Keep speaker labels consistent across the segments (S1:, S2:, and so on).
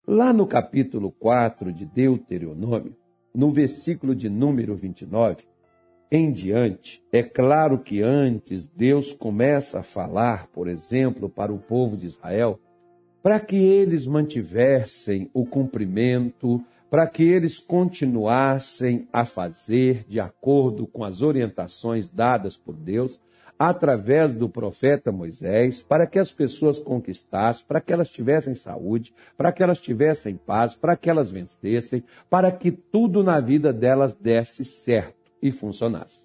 S1: Lá no capítulo 4 de Deuteronômio, no versículo de número 29, em diante, é claro que antes Deus começa a falar, por exemplo, para o povo de Israel, para que eles mantivessem o cumprimento, para que eles continuassem a fazer de acordo com as orientações dadas por Deus, através do profeta Moisés, para que as pessoas conquistassem, para que elas tivessem saúde, para que elas tivessem paz, para que elas vencessem, para que tudo na vida delas desse certo e funcionasse.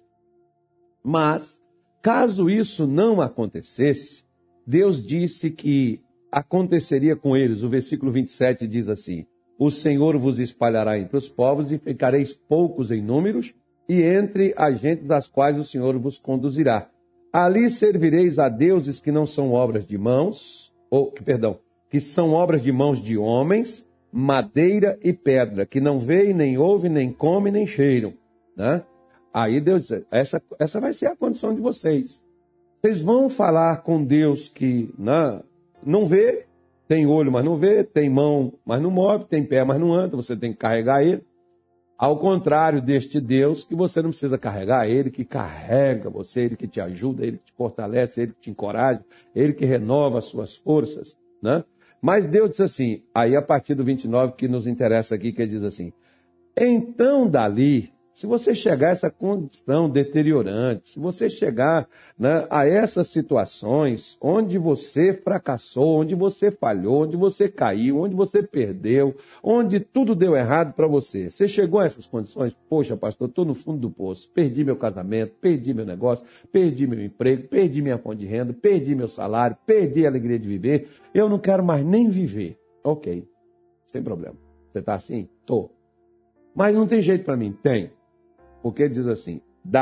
S1: Mas, caso isso não acontecesse, Deus disse que aconteceria com eles. O versículo 27 diz assim: o Senhor vos espalhará entre os povos e ficareis poucos em números, e entre as gentes das quais o Senhor vos conduzirá. Ali servireis a deuses que não são obras de mãos, que são obras de mãos de homens, madeira e pedra, que não veem, nem ouvem, nem comem, nem cheiram. Né? Aí Deus diz, essa vai ser a condição de vocês. Vocês vão falar com Deus que não vê, tem olho, mas não vê, tem mão, mas não move, tem pé, mas não anda, você tem que carregar ele. Ao contrário deste Deus, que você não precisa carregar, ele que carrega você, ele que te ajuda, ele que te fortalece, ele que te encoraja, ele que renova as suas forças, né? Mas Deus diz assim, aí a partir do 29 que nos interessa aqui, que ele diz assim: então dali, se você chegar a essa condição deteriorante, se você chegar a essas situações onde você fracassou, onde você falhou, onde você caiu, onde você perdeu, onde tudo deu errado para você, você chegou a essas condições? Poxa, pastor, estou no fundo do poço, perdi meu casamento, perdi meu negócio, perdi meu emprego, perdi minha fonte de renda, perdi meu salário, perdi a alegria de viver, eu não quero mais nem viver. Ok, sem problema. Você está assim? Tô. Mas não tem jeito para mim? Tem. Porque ele diz assim,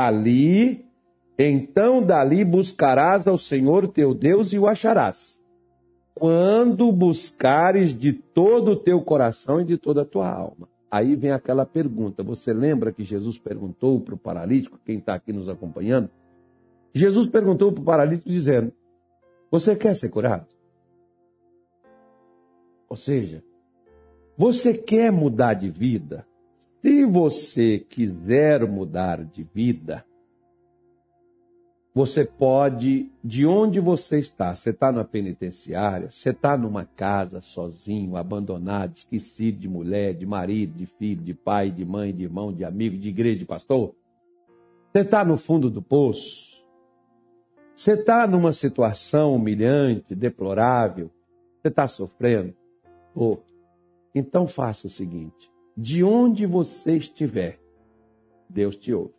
S1: então dali buscarás ao Senhor teu Deus e o acharás, quando buscares de todo o teu coração e de toda a tua alma. Aí vem aquela pergunta, você lembra que Jesus perguntou para o paralítico, quem está aqui nos acompanhando? Jesus perguntou para o paralítico dizendo, você quer ser curado? Ou seja, você quer mudar de vida? Se você quiser mudar de vida, você pode, de onde você está na penitenciária, você está numa casa sozinho, abandonado, esquecido de mulher, de marido, de filho, de pai, de mãe, de irmão, de amigo, de igreja, de pastor? Você está no fundo do poço? Você está numa situação humilhante, deplorável? Você está sofrendo? Então faça o seguinte. De onde você estiver, Deus te ouve.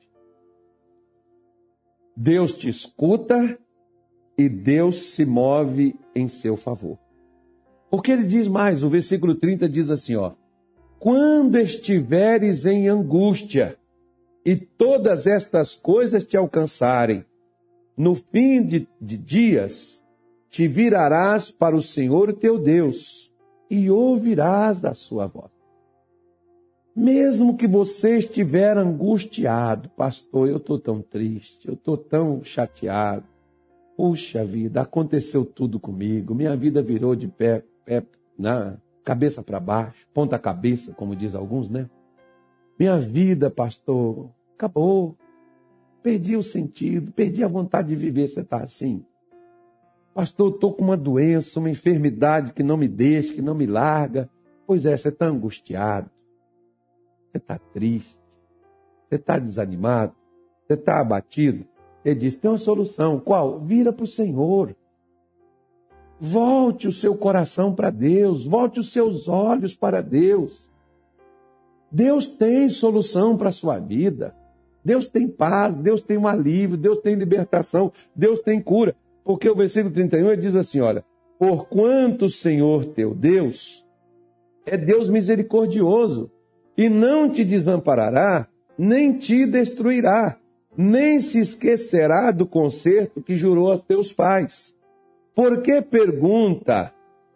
S1: Deus te escuta e Deus se move em seu favor. Porque ele diz mais, o versículo 30 diz assim, quando estiveres em angústia e todas estas coisas te alcançarem, no fim de dias, te virarás para o Senhor teu Deus e ouvirás a sua voz. Mesmo que você estiver angustiado, pastor, eu estou tão triste, eu estou tão chateado. Puxa vida, aconteceu tudo comigo, minha vida virou de pé cabeça para baixo, ponta cabeça, como diz alguns, né? Minha vida, pastor, acabou. Perdi o sentido, perdi a vontade de viver, você está assim. Pastor, eu estou com uma doença, uma enfermidade que não me deixa, que não me larga. Pois é, você está angustiado. Você está triste, você está desanimado, você está abatido. Ele diz, tem uma solução. Qual? Vira para o Senhor. Volte o seu coração para Deus, volte os seus olhos para Deus. Deus tem solução para a sua vida. Deus tem paz, Deus tem um alívio, Deus tem libertação, Deus tem cura. Porque o versículo 31 ele diz assim, olha, porquanto o Senhor teu Deus é Deus misericordioso, e não te desamparará, nem te destruirá, nem se esquecerá do concerto que jurou aos teus pais. Porque pergunta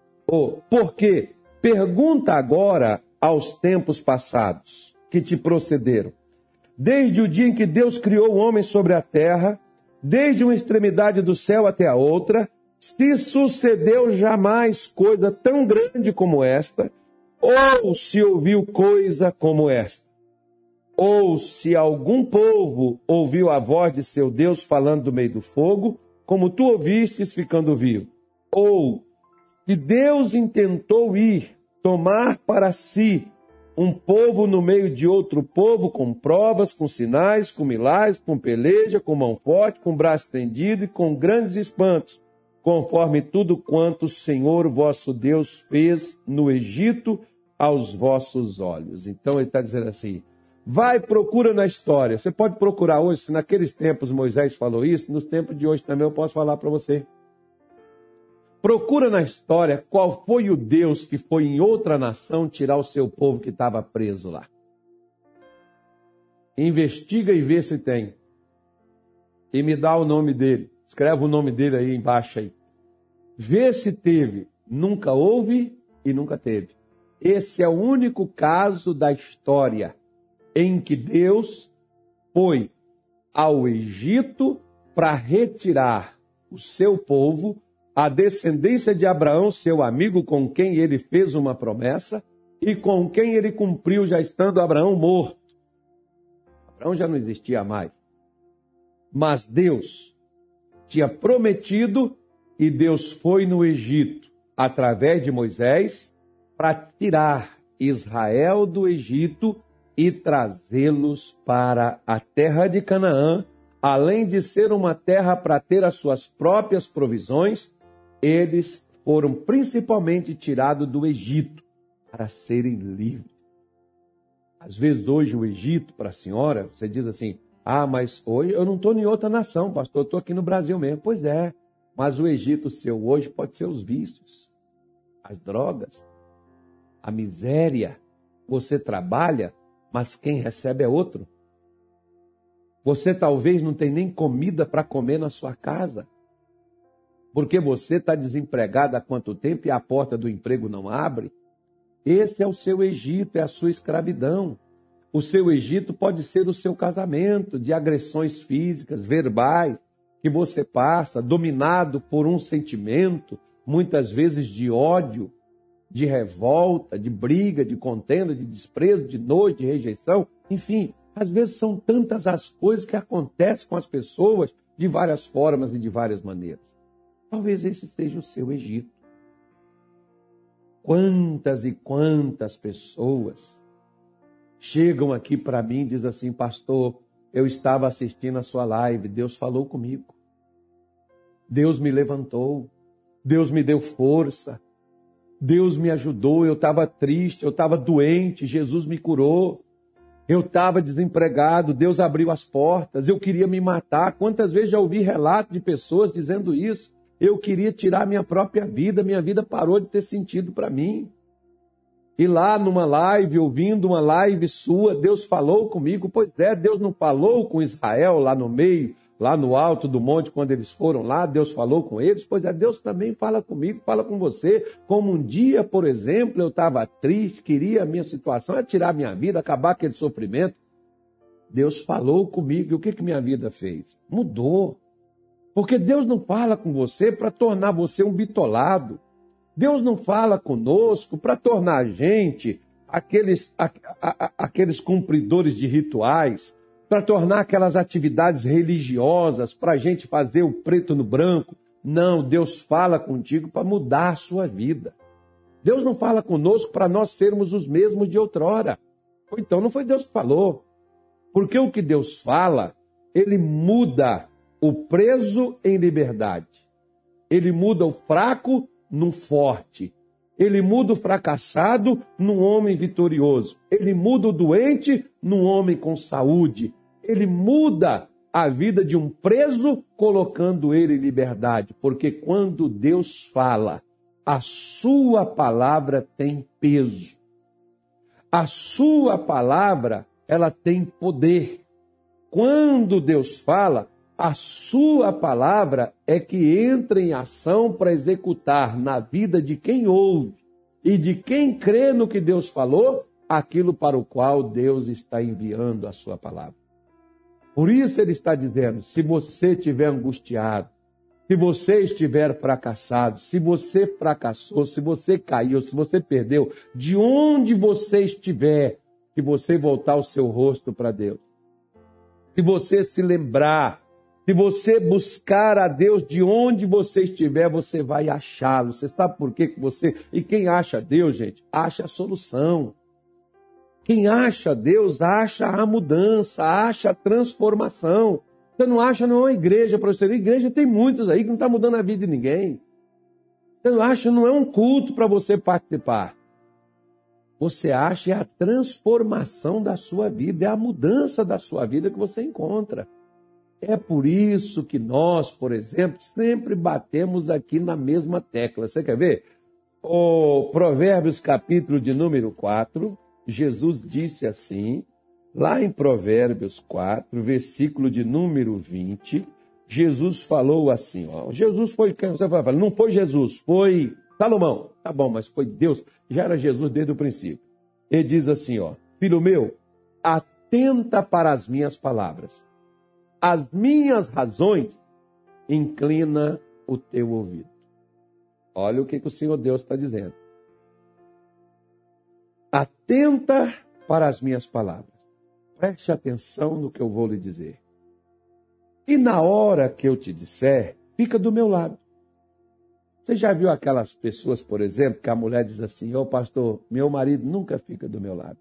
S1: agora aos tempos passados que te procederam. Desde o dia em que Deus criou o homem sobre a terra, desde uma extremidade do céu até a outra, se sucedeu jamais coisa tão grande como esta, Ou se ouviu coisa como esta, ou se algum povo ouviu a voz de seu Deus falando do meio do fogo, como tu ouvistes ficando vivo, ou que Deus intentou ir tomar para si um povo no meio de outro povo, com provas, com sinais, com milagres, com peleja, com mão forte, com braço estendido e com grandes espantos, conforme tudo quanto o Senhor vosso Deus fez no Egito aos vossos olhos. Então ele está dizendo assim, vai, procura na história. Você pode procurar hoje, se naqueles tempos Moisés falou isso, nos tempos de hoje também eu posso falar para você. Procura na história qual foi o Deus que foi em outra nação tirar o seu povo que estava preso lá. Investiga e vê se tem. E me dá o nome dele. Escreve o nome dele aí embaixo aí. Vê se teve. Nunca houve e nunca teve. Esse é o único caso da história em que Deus foi ao Egito para retirar o seu povo, a descendência de Abraão, seu amigo, com quem ele fez uma promessa e com quem ele cumpriu, já estando Abraão morto. Abraão já não existia mais. Mas Deus tinha prometido e Deus foi no Egito, através de Moisés, para tirar Israel do Egito e trazê-los para a terra de Canaã. Além de ser uma terra para ter as suas próprias provisões, eles foram principalmente tirados do Egito para serem livres. Às vezes hoje o Egito, para a senhora, você diz assim, mas hoje eu não estou em outra nação, pastor, eu estou aqui no Brasil mesmo. Pois é, mas o Egito seu hoje pode ser os vícios, as drogas, a miséria. Você trabalha, mas quem recebe é outro. Você talvez não tem nem comida para comer na sua casa, porque você está desempregado há quanto tempo e a porta do emprego não abre. Esse é o seu Egito, é a sua escravidão. O seu Egito pode ser o seu casamento, de agressões físicas, verbais, que você passa, dominado por um sentimento, muitas vezes de ódio, de revolta, de briga, de contenda, de desprezo, de nojo, de rejeição. Enfim, às vezes são tantas as coisas que acontecem com as pessoas de várias formas e de várias maneiras. Talvez esse seja o seu Egito. Quantas e quantas pessoas chegam aqui para mim e dizem assim, pastor, eu estava assistindo a sua live, Deus falou comigo. Deus me levantou, Deus me deu força, Deus me ajudou, eu estava triste, eu estava doente, Jesus me curou. Eu estava desempregado, Deus abriu as portas, eu queria me matar. Quantas vezes já ouvi relatos de pessoas dizendo isso? Eu queria tirar minha própria vida, minha vida parou de ter sentido para mim. E lá numa live, ouvindo uma live sua, Deus falou comigo. Pois é, Deus não falou com Israel lá no meio, lá no alto do monte, quando eles foram lá, Deus falou com eles. Pois é, Deus também fala comigo, fala com você. Como um dia, por exemplo, eu estava triste, queria a minha situação, é tirar minha vida, acabar aquele sofrimento. Deus falou comigo, e o que minha vida fez? Mudou. Porque Deus não fala com você para tornar você um bitolado. Deus não fala conosco para tornar a gente aqueles cumpridores de rituais, para tornar aquelas atividades religiosas, para a gente fazer o preto no branco. Não, Deus fala contigo para mudar a sua vida. Deus não fala conosco para nós sermos os mesmos de outrora. Ou então não foi Deus que falou. Porque o que Deus fala, ele muda o preso em liberdade. Ele muda o fraco num forte. Ele muda o fracassado num homem vitorioso. Ele muda o doente num homem com saúde. Ele muda a vida de um preso, colocando ele em liberdade. Porque quando Deus fala, a sua palavra tem peso. A sua palavra, ela tem poder. Quando Deus fala, a sua palavra é que entra em ação para executar na vida de quem ouve e de quem crê no que Deus falou, aquilo para o qual Deus está enviando a sua palavra. Por isso ele está dizendo, se você estiver angustiado, Se você estiver fracassado, se você fracassou, se você caiu, se você perdeu, de onde você estiver, se você voltar o seu rosto para Deus, se você se lembrar, se você buscar a Deus de onde você estiver, você vai achá-lo. Você sabe por quê que você... E quem acha Deus, gente, acha a solução. Quem acha Deus, acha a mudança, acha a transformação. Você não acha não é uma igreja para você. Igreja tem muitas aí que não está mudando a vida de ninguém. Você não acha não é um culto para você participar. Você acha é a transformação da sua vida, é a mudança da sua vida que você encontra. É por isso que nós, por exemplo, sempre batemos aqui na mesma tecla. Você quer ver? O Provérbios capítulo de número 4, Jesus disse assim, lá em Provérbios 4, versículo de número 20, Jesus falou assim, ó, Jesus foi, você vai falar, não foi Jesus, foi Salomão. Tá bom, mas foi Deus, já era Jesus desde o princípio. Ele diz assim, ó, filho meu, atenta para as minhas palavras, as minhas razões, inclina o teu ouvido. Olha o que o Senhor Deus está dizendo. Atenta para as minhas palavras. Preste atenção no que eu vou lhe dizer. E na hora que eu te disser, fica do meu lado. Você já viu aquelas pessoas, por exemplo, que a mulher diz assim, ô pastor, meu marido nunca fica do meu lado.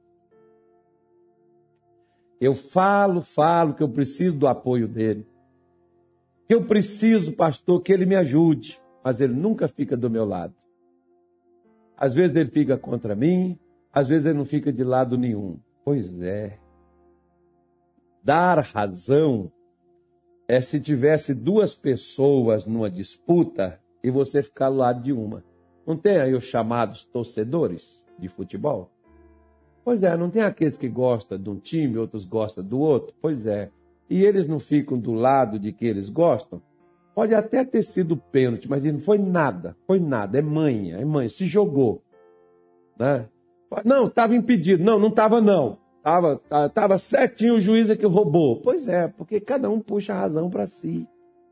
S1: Eu falo que eu preciso do apoio dele. Que eu preciso, pastor, que ele me ajude. Mas ele nunca fica do meu lado. Às vezes ele fica contra mim, às vezes ele não fica de lado nenhum. Pois é. Dar razão é se tivesse duas pessoas numa disputa e você ficar ao lado de uma. Não tem aí os chamados torcedores de futebol? Pois é, não tem aqueles que gostam de um time, outros gostam do outro? Pois é. E eles não ficam do lado de que eles gostam? Pode até ter sido pênalti, mas não foi nada. É manha, se jogou. Né? Não, estava impedido. Não estava não. Estava certinho, o juiz é que roubou. Pois é, porque cada um puxa a razão para si.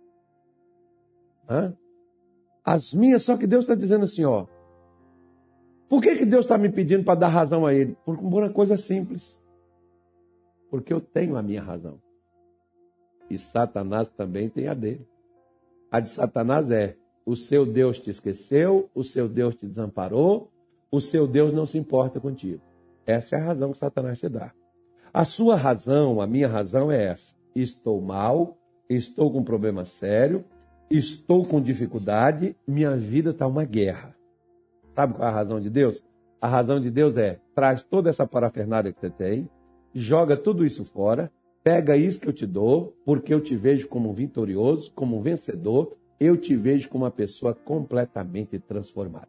S1: Hã? As minhas, só que Deus está dizendo assim, ó. Por que Deus está me pedindo para dar razão a ele? Por uma coisa simples. Porque eu tenho a minha razão. E Satanás também tem a dele. A de Satanás é, o seu Deus te esqueceu, o seu Deus te desamparou, o seu Deus não se importa contigo. Essa é a razão que Satanás te dá. A sua razão, a minha razão é essa. Estou mal, estou com um problema sério, estou com dificuldade, minha vida está uma guerra. Sabe qual é a razão de Deus? A razão de Deus é, traz toda essa parafernália que você tem, joga tudo isso fora, pega isso que eu te dou, porque eu te vejo como um vitorioso, como um vencedor, eu te vejo como uma pessoa completamente transformada.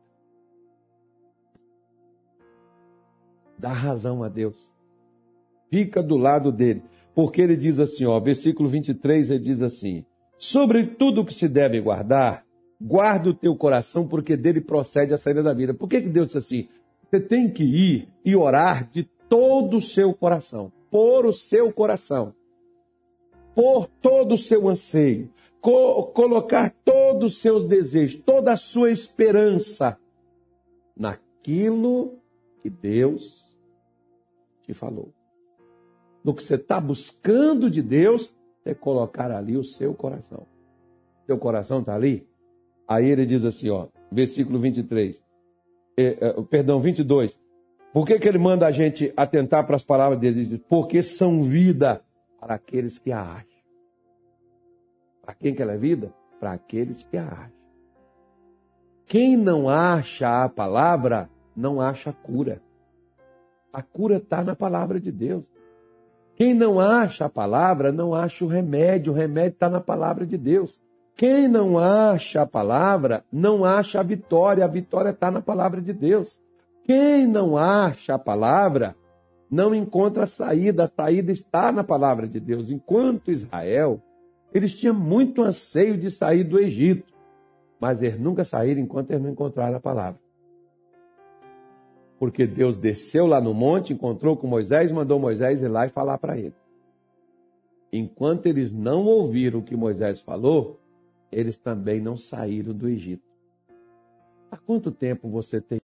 S1: Dá razão a Deus. Fica do lado dele. Porque ele diz assim, ó, versículo 23, ele diz assim, sobre tudo que se deve guardar, guarda o teu coração, porque dele procede a saída da vida. Por que Deus disse assim? Você tem que ir e orar de todo o seu coração. Por o seu coração. Por todo o seu anseio. Colocar todos os seus desejos, toda a sua esperança naquilo que Deus te falou. No que você está buscando de Deus, é colocar ali o seu coração. Seu coração está ali? Aí ele diz assim, ó, versículo 22. Por que ele manda a gente atentar para as palavras dele? Ele diz, porque são vida para aqueles que a acham. Para quem que ela é vida? Para aqueles que a acham. Quem não acha a palavra, não acha a cura. A cura está na palavra de Deus. Quem não acha a palavra, não acha o remédio está na palavra de Deus. Quem não acha a palavra, não acha a vitória está na palavra de Deus. Quem não acha a palavra, não encontra a saída está na palavra de Deus. Enquanto Israel, eles tinham muito anseio de sair do Egito, mas eles nunca saíram enquanto eles não encontraram a palavra. Porque Deus desceu lá no monte, encontrou com Moisés, mandou Moisés ir lá e falar para ele. Enquanto eles não ouviram o que Moisés falou, eles também não saíram do Egito. Há quanto tempo você tem